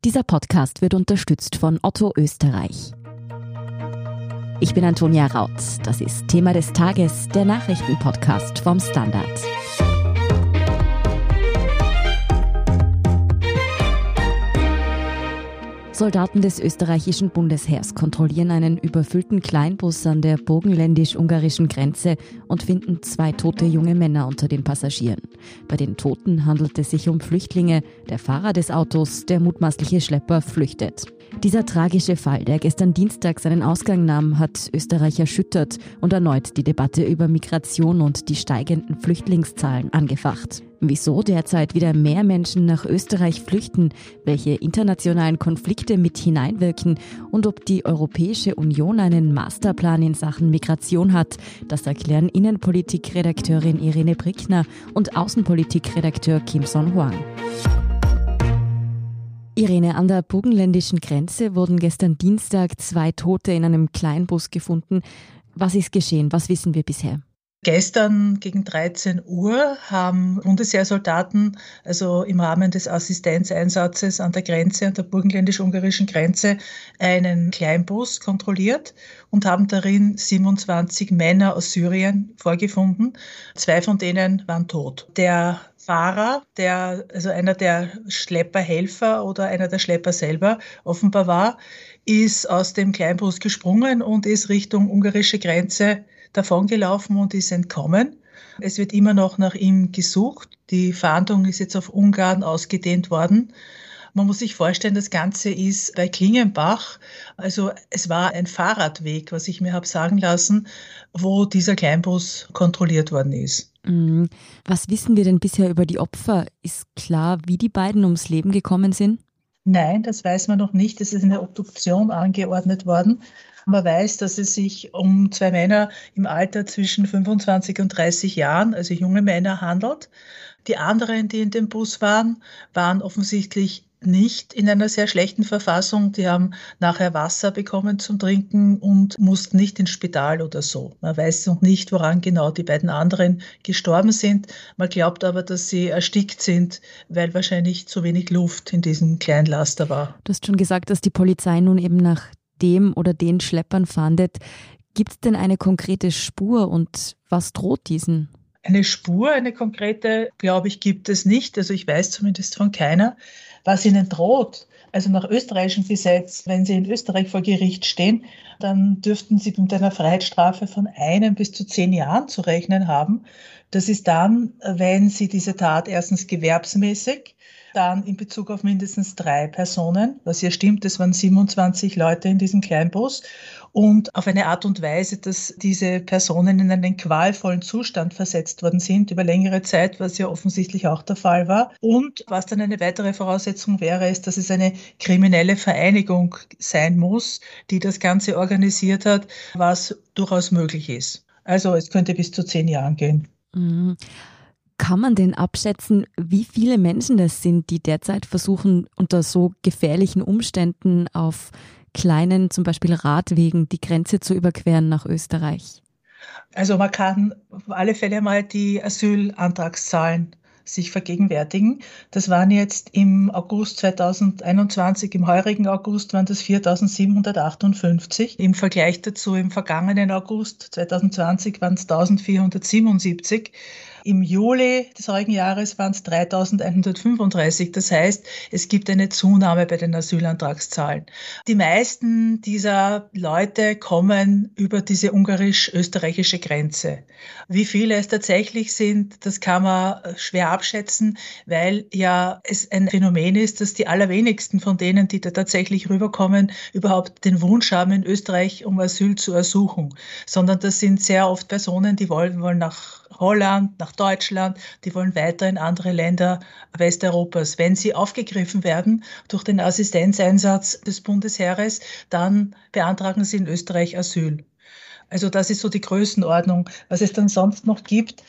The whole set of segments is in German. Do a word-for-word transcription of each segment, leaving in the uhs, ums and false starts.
Dieser Podcast wird unterstützt von Otto Österreich. Ich bin Antonia Raut. Das ist Thema des Tages, der Nachrichtenpodcast vom Standard. Soldaten des österreichischen Bundesheers kontrollieren einen überfüllten Kleinbus an der burgenländisch-ungarischen Grenze und finden zwei tote junge Männer unter den Passagieren. Bei den Toten handelt es sich um Flüchtlinge. Der Fahrer des Autos, der mutmaßliche Schlepper, flüchtet. Dieser tragische Fall, der gestern Dienstag seinen Ausgang nahm, hat Österreich erschüttert und erneut die Debatte über Migration und die steigenden Flüchtlingszahlen angefacht. Wieso derzeit wieder mehr Menschen nach Österreich flüchten, welche internationalen Konflikte mit hineinwirken und ob die Europäische Union einen Masterplan in Sachen Migration hat, das erklären Innenpolitik-Redakteurin Irene Brickner und Außenpolitik-Redakteur Kim Son-Huang. Irene, an der burgenländischen Grenze wurden gestern Dienstag zwei Tote in einem Kleinbus gefunden. Was ist geschehen? Was wissen wir bisher? Gestern gegen dreizehn Uhr haben Bundesheersoldaten, also im Rahmen des Assistenzeinsatzes an der Grenze, an der burgenländisch-ungarischen Grenze, einen Kleinbus kontrolliert und haben darin siebenundzwanzig Männer aus Syrien vorgefunden. Zwei von denen waren tot. Der Fahrer, der also einer der Schlepperhelfer oder einer der Schlepper selber offenbar war, ist aus dem Kleinbus gesprungen und ist Richtung ungarische Grenze davongelaufen und ist entkommen. Es wird immer noch nach ihm gesucht. Die Fahndung ist jetzt auf Ungarn ausgedehnt worden. Man muss sich vorstellen, das Ganze ist bei Klingenbach. Also es war ein Fahrradweg, was ich mir habe sagen lassen, wo dieser Kleinbus kontrolliert worden ist. Was wissen wir denn bisher über die Opfer? Ist klar, wie die beiden ums Leben gekommen sind? Nein, das weiß man noch nicht. Es ist eine Obduktion angeordnet worden. Man weiß, dass es sich um zwei Männer im Alter zwischen fünfundzwanzig und dreißig Jahren, also junge Männer, handelt. Die anderen, die in dem Bus waren, waren offensichtlich nicht in einer sehr schlechten Verfassung. Die haben nachher Wasser bekommen zum Trinken und mussten nicht ins Spital oder so. Man weiß noch nicht, woran genau die beiden anderen gestorben sind. Man glaubt aber, dass sie erstickt sind, weil wahrscheinlich zu wenig Luft in diesem Kleinlaster war. Du hast schon gesagt, dass die Polizei nun eben nach dem oder den Schleppern fahndet. Gibt es denn eine konkrete Spur und was droht diesen? Eine Spur, eine konkrete, glaube ich, gibt es nicht. Also ich weiß zumindest von keiner. Was ihnen droht, also nach österreichischem Gesetz, wenn sie in Österreich vor Gericht stehen, dann dürften sie mit einer Freiheitsstrafe von einem bis zu zehn Jahren zu rechnen haben. Das ist dann, wenn sie diese Tat erstens gewerbsmäßig, dann in Bezug auf mindestens drei Personen, was ja stimmt, es waren siebenundzwanzig Leute in diesem Kleinbus, und auf eine Art und Weise, dass diese Personen in einen qualvollen Zustand versetzt worden sind über längere Zeit, was ja offensichtlich auch der Fall war. Und was dann eine weitere Voraussetzung wäre, ist, dass es eine kriminelle Vereinigung sein muss, die das Ganze organisiert hat, was durchaus möglich ist. Also es könnte bis zu zehn Jahren gehen. Mhm. Kann man denn abschätzen, wie viele Menschen das sind, die derzeit versuchen, unter so gefährlichen Umständen auf kleinen, zum Beispiel Radwegen, die Grenze zu überqueren nach Österreich? Also man kann auf alle Fälle mal die Asylantragszahlen sich vergegenwärtigen. Das waren jetzt im August zweitausendeinundzwanzig, im heurigen August waren das viertausendsiebenhundertachtundfünfzig. Im Vergleich dazu im vergangenen August zweitausendzwanzig waren es eintausendvierhundertsiebenundsiebzig. Im Juli des heurigen Jahres waren es dreitausendeinhundertfünfunddreißig. Das heißt, es gibt eine Zunahme bei den Asylantragszahlen. Die meisten dieser Leute kommen über diese ungarisch-österreichische Grenze. Wie viele es tatsächlich sind, das kann man schwer abschätzen, weil ja es ein Phänomen ist, dass die allerwenigsten von denen, die da tatsächlich rüberkommen, überhaupt den Wunsch haben, in Österreich um Asyl zu ersuchen, sondern das sind sehr oft Personen, die wollen, wollen nach Holland, nach Deutschland, die wollen weiter in andere Länder Westeuropas. Wenn sie aufgegriffen werden durch den Assistenzeinsatz des Bundesheeres, dann beantragen sie in Österreich Asyl. Also das ist so die Größenordnung. Was es dann sonst noch gibt,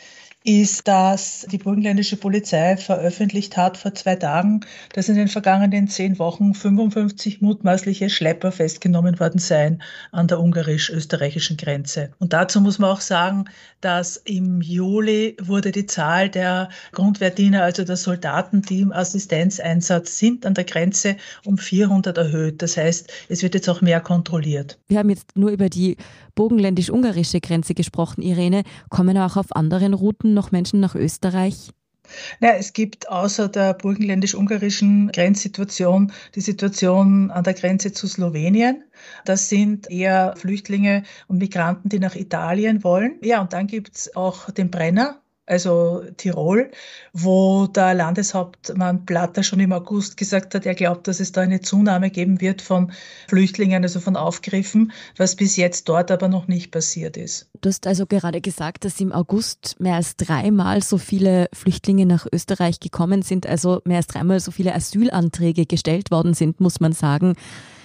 ist, dass die burgenländische Polizei veröffentlicht hat vor zwei Tagen, dass in den vergangenen zehn Wochen fünfundfünfzig mutmaßliche Schlepper festgenommen worden seien an der ungarisch-österreichischen Grenze. Und dazu muss man auch sagen, dass im Juli wurde die Zahl der Grundwehrdiener, also der Soldaten, die im Assistenzeinsatz sind an der Grenze, um vierhundert erhöht. Das heißt, es wird jetzt auch mehr kontrolliert. Wir haben jetzt nur über die burgenländisch-ungarische Grenze gesprochen, Irene. Kommen auch auf anderen Routen noch Menschen nach Österreich? Ja, es gibt außer der burgenländisch-ungarischen Grenzsituation die Situation an der Grenze zu Slowenien. Das sind eher Flüchtlinge und Migranten, die nach Italien wollen. Ja, und dann gibt es auch den Brenner, also Tirol, wo der Landeshauptmann Platter schon im August gesagt hat, er glaubt, dass es da eine Zunahme geben wird von Flüchtlingen, also von Aufgriffen, was bis jetzt dort aber noch nicht passiert ist. Du hast also gerade gesagt, dass im August mehr als dreimal so viele Flüchtlinge nach Österreich gekommen sind, also mehr als dreimal so viele Asylanträge gestellt worden sind, muss man sagen.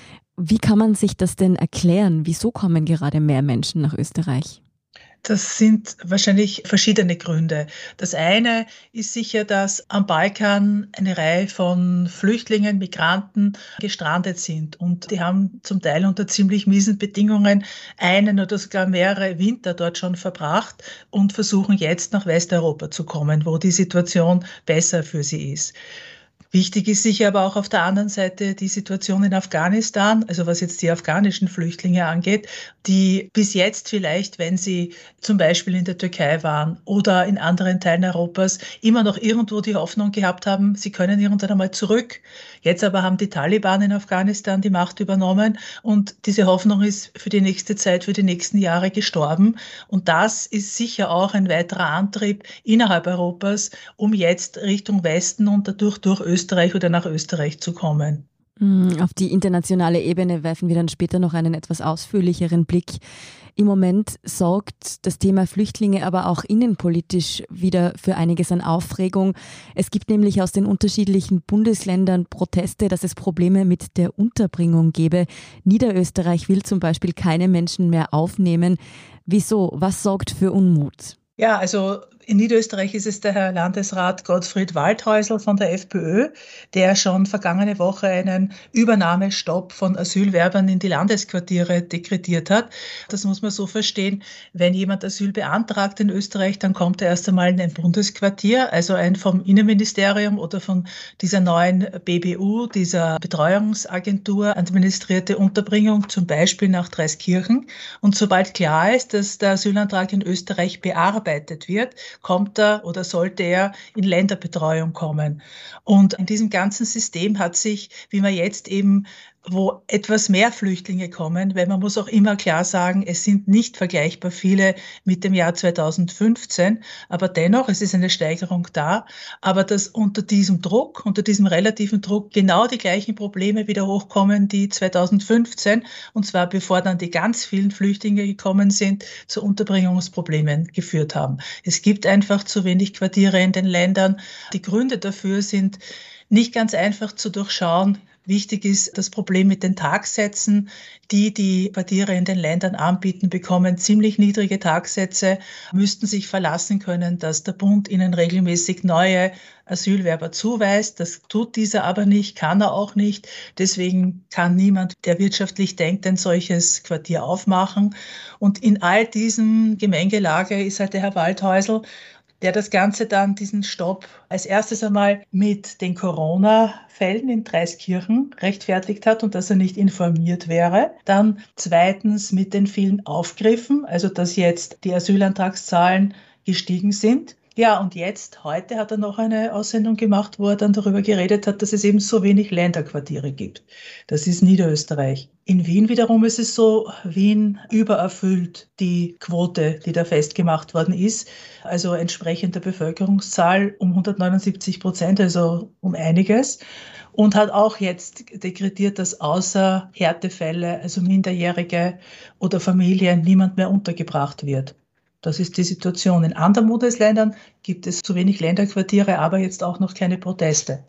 Wie kann man sich das denn erklären? Wieso kommen gerade mehr Menschen nach Österreich? Das sind wahrscheinlich verschiedene Gründe. Das eine ist sicher, dass am Balkan eine Reihe von Flüchtlingen, Migranten gestrandet sind. Und die haben zum Teil unter ziemlich miesen Bedingungen einen oder sogar mehrere Winter dort schon verbracht und versuchen jetzt nach Westeuropa zu kommen, wo die Situation besser für sie ist. Wichtig ist sicher aber auch auf der anderen Seite die Situation in Afghanistan, also was jetzt die afghanischen Flüchtlinge angeht, die bis jetzt vielleicht, wenn sie zum Beispiel in der Türkei waren oder in anderen Teilen Europas, immer noch irgendwo die Hoffnung gehabt haben, sie können irgendwann einmal zurück. Jetzt aber haben die Taliban in Afghanistan die Macht übernommen und diese Hoffnung ist für die nächste Zeit, für die nächsten Jahre gestorben. Und das ist sicher auch ein weiterer Antrieb innerhalb Europas, um jetzt Richtung Westen und dadurch durch Österreich oder nach Österreich zu kommen. Auf die internationale Ebene werfen wir dann später noch einen etwas ausführlicheren Blick. Im Moment sorgt das Thema Flüchtlinge aber auch innenpolitisch wieder für einiges an Aufregung. Es gibt nämlich aus den unterschiedlichen Bundesländern Proteste, dass es Probleme mit der Unterbringung gebe. Niederösterreich will zum Beispiel keine Menschen mehr aufnehmen. Wieso? Was sorgt für Unmut? Ja, also in Niederösterreich ist es der Herr Landesrat Gottfried Waldhäusl von der FPÖ, der schon vergangene Woche einen Übernahmestopp von Asylwerbern in die Landesquartiere dekretiert hat. Das muss man so verstehen, wenn jemand Asyl beantragt in Österreich, dann kommt er erst einmal in ein Bundesquartier, also ein vom Innenministerium oder von dieser neuen B B U, dieser Betreuungsagentur administrierte Unterbringung, zum Beispiel nach Dreiskirchen. Und sobald klar ist, dass der Asylantrag in Österreich bearbeitet wird, kommt er oder sollte er in Länderbetreuung kommen. Und in diesem ganzen System hat sich, wie man jetzt eben, wo etwas mehr Flüchtlinge kommen, weil man muss auch immer klar sagen, es sind nicht vergleichbar viele mit dem Jahr zweitausendfünfzehn, aber dennoch, es ist eine Steigerung da, aber dass unter diesem Druck, unter diesem relativen Druck genau die gleichen Probleme wieder hochkommen, die zweitausendfünfzehn, und zwar bevor dann die ganz vielen Flüchtlinge gekommen sind, zu Unterbringungsproblemen geführt haben. Es gibt einfach zu wenig Quartiere in den Ländern. Die Gründe dafür sind nicht ganz einfach zu durchschauen. Wichtig ist das Problem mit den Tagsätzen. Die, die Quartiere in den Ländern anbieten, bekommen ziemlich niedrige Tagsätze, müssten sich verlassen können, dass der Bund ihnen regelmäßig neue Asylwerber zuweist. Das tut dieser aber nicht, kann er auch nicht. Deswegen kann niemand, der wirtschaftlich denkt, ein solches Quartier aufmachen. Und in all diesem Gemengelage ist halt der Herr Waldhäusl, der das Ganze dann, diesen Stopp, als erstes einmal mit den Corona-Fällen in Dreiskirchen rechtfertigt hat und dass er nicht informiert wäre. Dann zweitens mit den vielen Aufgriffen, also dass jetzt die Asylantragszahlen gestiegen sind. Ja, und jetzt, heute hat er noch eine Aussendung gemacht, wo er dann darüber geredet hat, dass es eben so wenig Länderquartiere gibt. Das ist Niederösterreich. In Wien wiederum ist es so, Wien übererfüllt die Quote, die da festgemacht worden ist, also entsprechend der Bevölkerungszahl um hundertneunundsiebzig Prozent, also um einiges. Und hat auch jetzt dekretiert, dass außer Härtefälle, also Minderjährige oder Familien, niemand mehr untergebracht wird. Das ist die Situation. In anderen Bundesländern gibt es zu wenig Länderquartiere, aber jetzt auch noch keine Proteste.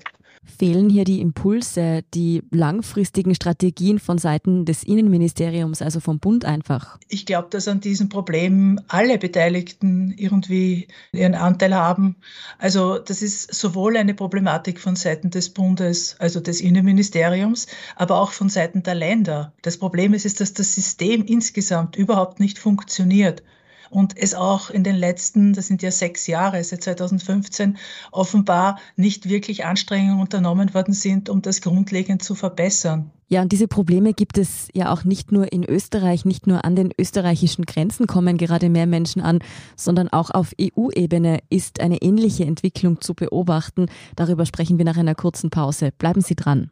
Fehlen hier die Impulse, die langfristigen Strategien von Seiten des Innenministeriums, also vom Bund einfach? Ich glaube, dass an diesem Problem alle Beteiligten irgendwie ihren Anteil haben. Also das ist sowohl eine Problematik von Seiten des Bundes, also des Innenministeriums, aber auch von Seiten der Länder. Das Problem ist, ist, dass das System insgesamt überhaupt nicht funktioniert. Und es auch in den letzten, das sind ja sechs Jahre, seit zweitausendfünfzehn, offenbar nicht wirklich Anstrengungen unternommen worden sind, um das grundlegend zu verbessern. Ja, und diese Probleme gibt es ja auch nicht nur in Österreich, nicht nur an den österreichischen Grenzen kommen gerade mehr Menschen an, sondern auch auf E U-Ebene ist eine ähnliche Entwicklung zu beobachten. Darüber sprechen wir nach einer kurzen Pause. Bleiben Sie dran.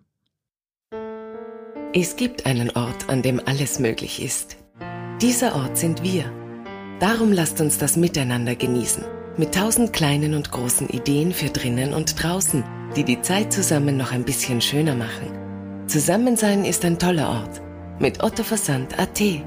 Es gibt einen Ort, an dem alles möglich ist. Dieser Ort sind wir. Darum lasst uns das Miteinander genießen. Mit tausend kleinen und großen Ideen für drinnen und draußen, die die Zeit zusammen noch ein bisschen schöner machen. Zusammensein ist ein toller Ort. Mit Otto Versand Punkt a t.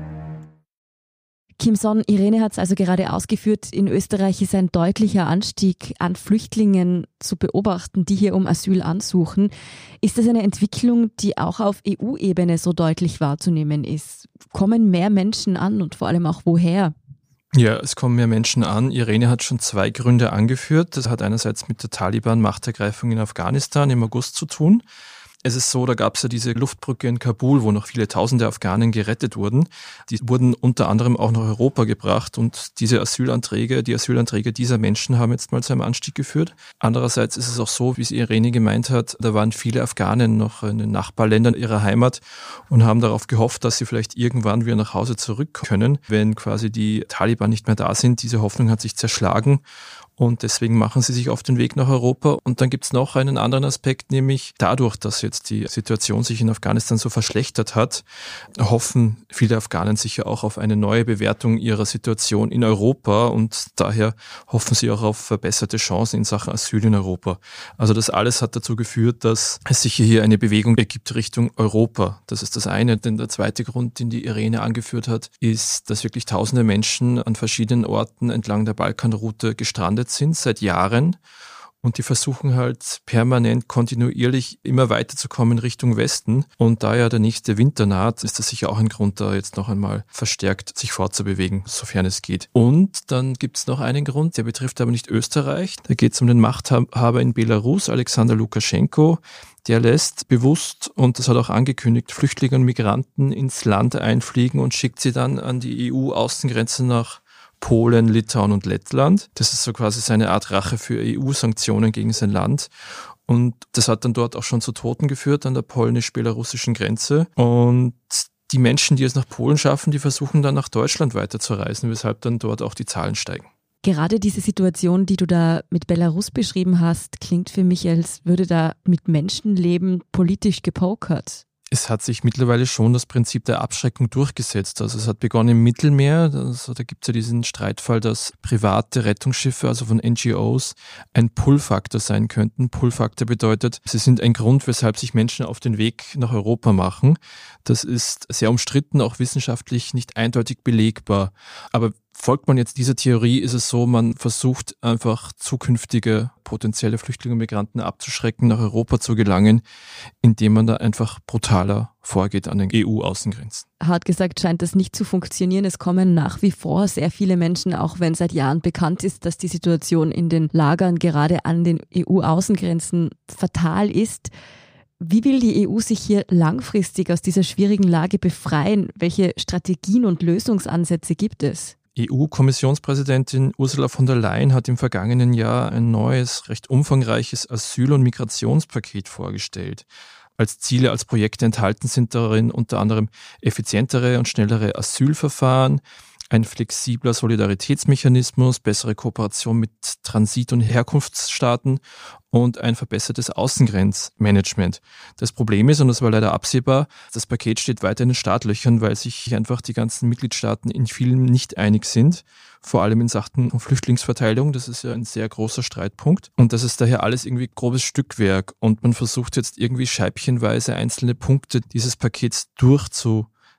Kim Son, Irene hat es also gerade ausgeführt, in Österreich ist ein deutlicher Anstieg an Flüchtlingen zu beobachten, die hier um Asyl ansuchen. Ist das eine Entwicklung, die auch auf E U-Ebene so deutlich wahrzunehmen ist? Kommen mehr Menschen an und vor allem auch woher? Ja, es kommen mehr Menschen an. Irene hat schon zwei Gründe angeführt. Das hat einerseits mit der Taliban-Machtergreifung in Afghanistan im August zu tun. Es ist so, da gab es ja diese Luftbrücke in Kabul, wo noch viele tausende Afghanen gerettet wurden. Die wurden unter anderem auch nach Europa gebracht und diese Asylanträge, die Asylanträge dieser Menschen haben jetzt mal zu einem Anstieg geführt. Andererseits ist es auch so, wie es Irene gemeint hat, da waren viele Afghanen noch in den Nachbarländern ihrer Heimat und haben darauf gehofft, dass sie vielleicht irgendwann wieder nach Hause zurück können, wenn quasi die Taliban nicht mehr da sind. Diese Hoffnung hat sich zerschlagen. Und deswegen machen sie sich auf den Weg nach Europa. Und dann gibt es noch einen anderen Aspekt, nämlich dadurch, dass jetzt die Situation sich in Afghanistan so verschlechtert hat, hoffen viele Afghanen sicher auch auf eine neue Bewertung ihrer Situation in Europa und daher hoffen sie auch auf verbesserte Chancen in Sachen Asyl in Europa. Also das alles hat dazu geführt, dass es sich hier eine Bewegung ergibt Richtung Europa. Das ist das eine. Denn der zweite Grund, den die Irene angeführt hat, ist, dass wirklich tausende Menschen an verschiedenen Orten entlang der Balkanroute gestrandet sind seit Jahren und die versuchen halt permanent, kontinuierlich immer weiterzukommen Richtung Westen. Und da ja der nächste Winter naht, ist das sicher auch ein Grund, da jetzt noch einmal verstärkt sich fortzubewegen, sofern es geht. Und dann gibt es noch einen Grund, der betrifft aber nicht Österreich. Da geht es um den Machthaber in Belarus, Alexander Lukaschenko. Der lässt bewusst, und das hat auch angekündigt, Flüchtlinge und Migranten ins Land einfliegen und schickt sie dann an die E U-Außengrenze nach Polen, Litauen und Lettland. Das ist so quasi seine Art Rache für E U-Sanktionen gegen sein Land. Und das hat dann dort auch schon zu Toten geführt an der polnisch-belarussischen Grenze. Und die Menschen, die es nach Polen schaffen, die versuchen dann nach Deutschland weiterzureisen, weshalb dann dort auch die Zahlen steigen. Gerade diese Situation, die du da mit Belarus beschrieben hast, klingt für mich, als würde da mit Menschenleben politisch gepokert. Es hat sich mittlerweile schon das Prinzip der Abschreckung durchgesetzt. Also es hat begonnen im Mittelmeer, also da gibt es ja diesen Streitfall, dass private Rettungsschiffe, also von N G Os, ein Pull-Faktor sein könnten. Pull-Faktor bedeutet, sie sind ein Grund, weshalb sich Menschen auf den Weg nach Europa machen. Das ist sehr umstritten, auch wissenschaftlich nicht eindeutig belegbar. Aber folgt man jetzt dieser Theorie, ist es so, man versucht einfach zukünftige potenzielle Flüchtlinge und Migranten abzuschrecken, nach Europa zu gelangen, indem man da einfach brutaler vorgeht an den E U-Außengrenzen. Hart gesagt scheint das nicht zu funktionieren. Es kommen nach wie vor sehr viele Menschen, auch wenn seit Jahren bekannt ist, dass die Situation in den Lagern gerade an den E U-Außengrenzen fatal ist. Wie will die E U sich hier langfristig aus dieser schwierigen Lage befreien? Welche Strategien und Lösungsansätze gibt es? E U-Kommissionspräsidentin Ursula von der Leyen hat im vergangenen Jahr ein neues, recht umfangreiches Asyl- und Migrationspaket vorgestellt. Als Ziele, als Projekte enthalten sind darin unter anderem effizientere und schnellere Asylverfahren, ein flexibler Solidaritätsmechanismus, bessere Kooperation mit Transit- und Herkunftsstaaten und ein verbessertes Außengrenzmanagement. Das Problem ist, und das war leider absehbar, das Paket steht weiter in den Startlöchern, weil sich einfach die ganzen Mitgliedstaaten in vielen nicht einig sind, vor allem in Sachen Flüchtlingsverteilung. Das ist ja ein sehr großer Streitpunkt und das ist daher alles irgendwie grobes Stückwerk und man versucht jetzt irgendwie scheibchenweise einzelne Punkte dieses Pakets durchzu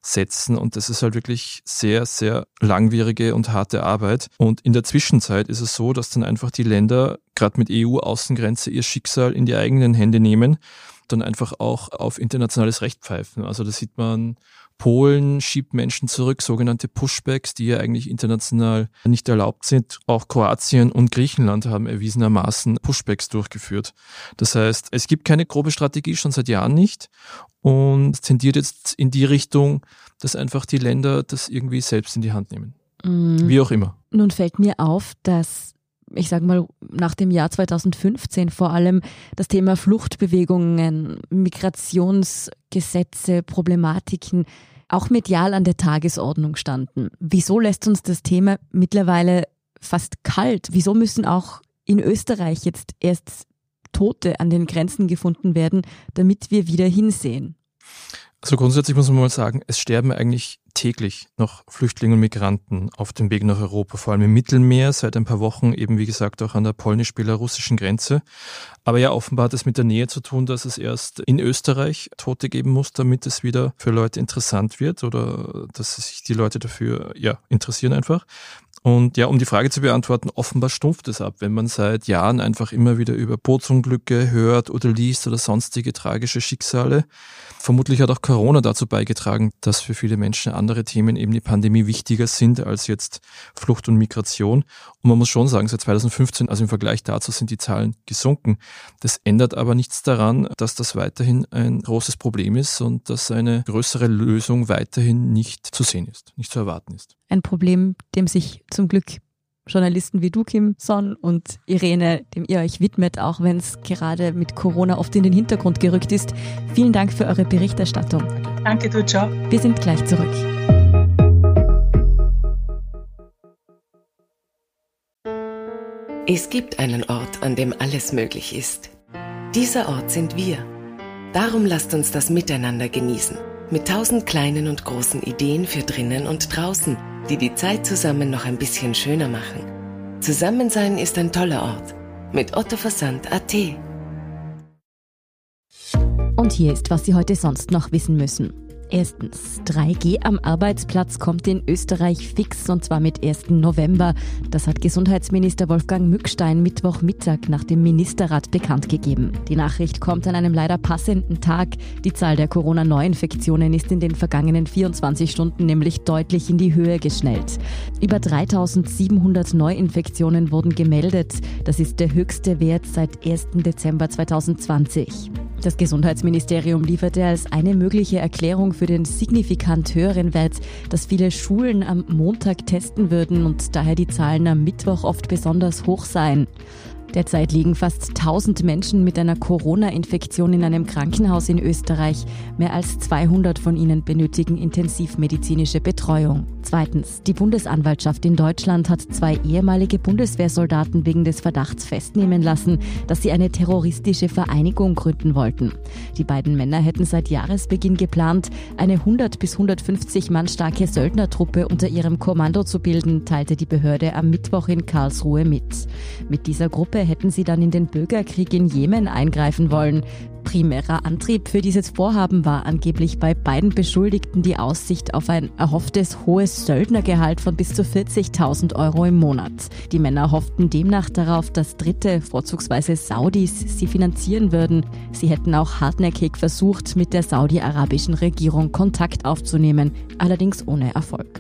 setzen. Und das ist halt wirklich sehr, sehr langwierige und harte Arbeit. Und in der Zwischenzeit ist es so, dass dann einfach die Länder, gerade mit E U-Außengrenze, ihr Schicksal in die eigenen Hände nehmen, dann einfach auch auf internationales Recht pfeifen. Also da sieht man, Polen schiebt Menschen zurück, sogenannte Pushbacks, die ja eigentlich international nicht erlaubt sind. Auch Kroatien und Griechenland haben erwiesenermaßen Pushbacks durchgeführt. Das heißt, es gibt keine grobe Strategie, schon seit Jahren nicht, und tendiert jetzt in die Richtung, dass einfach die Länder das irgendwie selbst in die Hand nehmen. Mhm. Wie auch immer. Nun fällt mir auf, dass ich sage mal, nach dem Jahr zweitausendfünfzehn vor allem das Thema Fluchtbewegungen, Migrationsgesetze, Problematiken auch medial an der Tagesordnung standen. Wieso lässt uns das Thema mittlerweile fast kalt? Wieso müssen auch in Österreich jetzt erst Tote an den Grenzen gefunden werden, damit wir wieder hinsehen? Also grundsätzlich muss man mal sagen, es sterben eigentlich täglich noch Flüchtlinge und Migranten auf dem Weg nach Europa, vor allem im Mittelmeer, seit ein paar Wochen eben wie gesagt auch an der polnisch-belarussischen Grenze. Aber ja, offenbar hat es mit der Nähe zu tun, dass es erst in Österreich Tote geben muss, damit es wieder für Leute interessant wird oder dass sich die Leute dafür ja interessieren einfach. Und ja, um die Frage zu beantworten, offenbar stumpft es ab, wenn man seit Jahren einfach immer wieder über Bootsunglücke hört oder liest oder sonstige tragische Schicksale. Vermutlich hat auch Corona dazu beigetragen, dass für viele Menschen andere Themen, eben die Pandemie, wichtiger sind als jetzt Flucht und Migration. Und man muss schon sagen, seit zweitausendfünfzehn, also im Vergleich dazu, sind die Zahlen gesunken. Das ändert aber nichts daran, dass das weiterhin ein großes Problem ist und dass eine größere Lösung weiterhin nicht zu sehen ist, nicht zu erwarten ist. Ein Problem, dem sich zum Glück Journalisten wie du, Kim Son, und Irene, dem ihr euch widmet, auch wenn es gerade mit Corona oft in den Hintergrund gerückt ist. Vielen Dank für eure Berichterstattung. Danke, du, ciao. Wir sind gleich zurück. Es gibt einen Ort, an dem alles möglich ist. Dieser Ort sind wir. Darum lasst uns das miteinander genießen. Mit tausend kleinen und großen Ideen für drinnen und draußen, die die Zeit zusammen noch ein bisschen schöner machen. Zusammensein ist ein toller Ort. Mit Otto Versand punkt a t. Und hier ist, was Sie heute sonst noch wissen müssen. Erstens, drei G am Arbeitsplatz kommt in Österreich fix, und zwar mit ersten November. Das hat Gesundheitsminister Wolfgang Mückstein Mittwochmittag nach dem Ministerrat bekannt gegeben. Die Nachricht kommt an einem leider passenden Tag. Die Zahl der Corona-Neuinfektionen ist in den vergangenen vierundzwanzig Stunden nämlich deutlich in die Höhe geschnellt. Über dreitausendsiebenhundert Neuinfektionen wurden gemeldet. Das ist der höchste Wert seit ersten Dezember zweitausendzwanzig. Das Gesundheitsministerium lieferte als eine mögliche Erklärung für den signifikant höheren Wert, dass viele Schulen am Montag testen würden und daher die Zahlen am Mittwoch oft besonders hoch seien. Derzeit liegen fast tausend Menschen mit einer Corona-Infektion in einem Krankenhaus in Österreich. Mehr als zweihundert von ihnen benötigen intensivmedizinische Betreuung. Zweitens, die Bundesanwaltschaft in Deutschland hat zwei ehemalige Bundeswehrsoldaten wegen des Verdachts festnehmen lassen, dass sie eine terroristische Vereinigung gründen wollten. Die beiden Männer hätten seit Jahresbeginn geplant, eine hundert bis hundertfünfzig Mann starke Söldnertruppe unter ihrem Kommando zu bilden, teilte die Behörde am Mittwoch in Karlsruhe mit. Mit dieser Gruppe hätten sie dann in den Bürgerkrieg in Jemen eingreifen wollen. Primärer Antrieb für dieses Vorhaben war angeblich bei beiden Beschuldigten die Aussicht auf ein erhofftes hohes Söldnergehalt von bis zu vierzigtausend Euro im Monat. Die Männer hofften demnach darauf, dass Dritte, vorzugsweise Saudis, sie finanzieren würden. Sie hätten auch hartnäckig versucht, mit der saudi-arabischen Regierung Kontakt aufzunehmen, allerdings ohne Erfolg.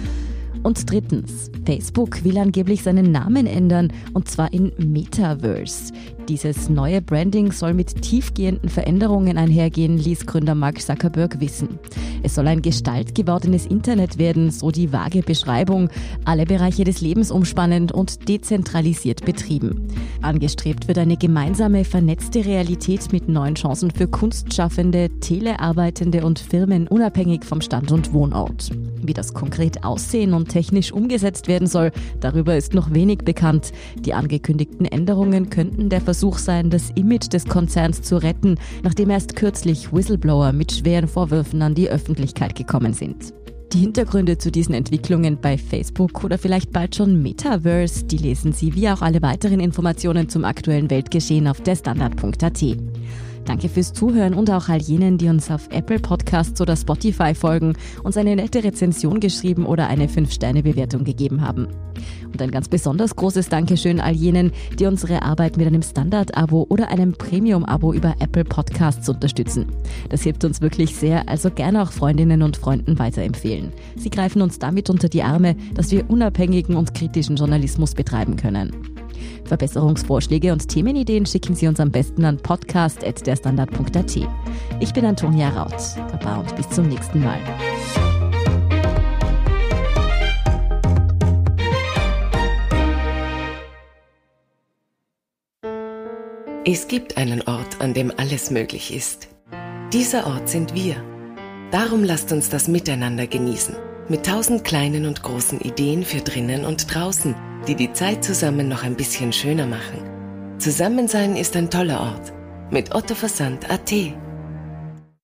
Und drittens, Facebook will angeblich seinen Namen ändern, und zwar in Metaverse. Dieses neue Branding soll mit tiefgehenden Veränderungen einhergehen, ließ Gründer Mark Zuckerberg wissen. Es soll ein gestaltgewordenes Internet werden, so die vage Beschreibung, alle Bereiche des Lebens umspannend und dezentralisiert betrieben. Angestrebt wird eine gemeinsame, vernetzte Realität mit neuen Chancen für Kunstschaffende, Telearbeitende und Firmen unabhängig vom Stand und Wohnort. Wie das konkret aussehen und technisch umgesetzt werden soll, darüber ist noch wenig bekannt. Die angekündigten Änderungen könnten der Versuch sein, das Image des Konzerns zu retten, nachdem erst kürzlich Whistleblower mit schweren Vorwürfen an die Öffentlichkeit gekommen sind. Die Hintergründe zu diesen Entwicklungen bei Facebook oder vielleicht bald schon Metaverse, die lesen Sie wie auch alle weiteren Informationen zum aktuellen Weltgeschehen auf der Standard punkt a t. Danke fürs Zuhören und auch all jenen, die uns auf Apple Podcasts oder Spotify folgen, uns eine nette Rezension geschrieben oder eine fünf Sterne Bewertung gegeben haben. Und ein ganz besonders großes Dankeschön all jenen, die unsere Arbeit mit einem Standard-Abo oder einem Premium-Abo über Apple Podcasts unterstützen. Das hilft uns wirklich sehr, also gerne auch Freundinnen und Freunden weiterempfehlen. Sie greifen uns damit unter die Arme, dass wir unabhängigen und kritischen Journalismus betreiben können. Verbesserungsvorschläge und Themenideen schicken Sie uns am besten an podcast at derstandard punkt at. Ich bin Antonia Raut. Baba und bis zum nächsten Mal. Es gibt einen Ort, an dem alles möglich ist. Dieser Ort sind wir. Darum lasst uns das miteinander genießen. Mit tausend kleinen und großen Ideen für drinnen und draußen, die die Zeit zusammen noch ein bisschen schöner machen. Zusammensein ist ein toller Ort. Mit Otto Versand punkt at.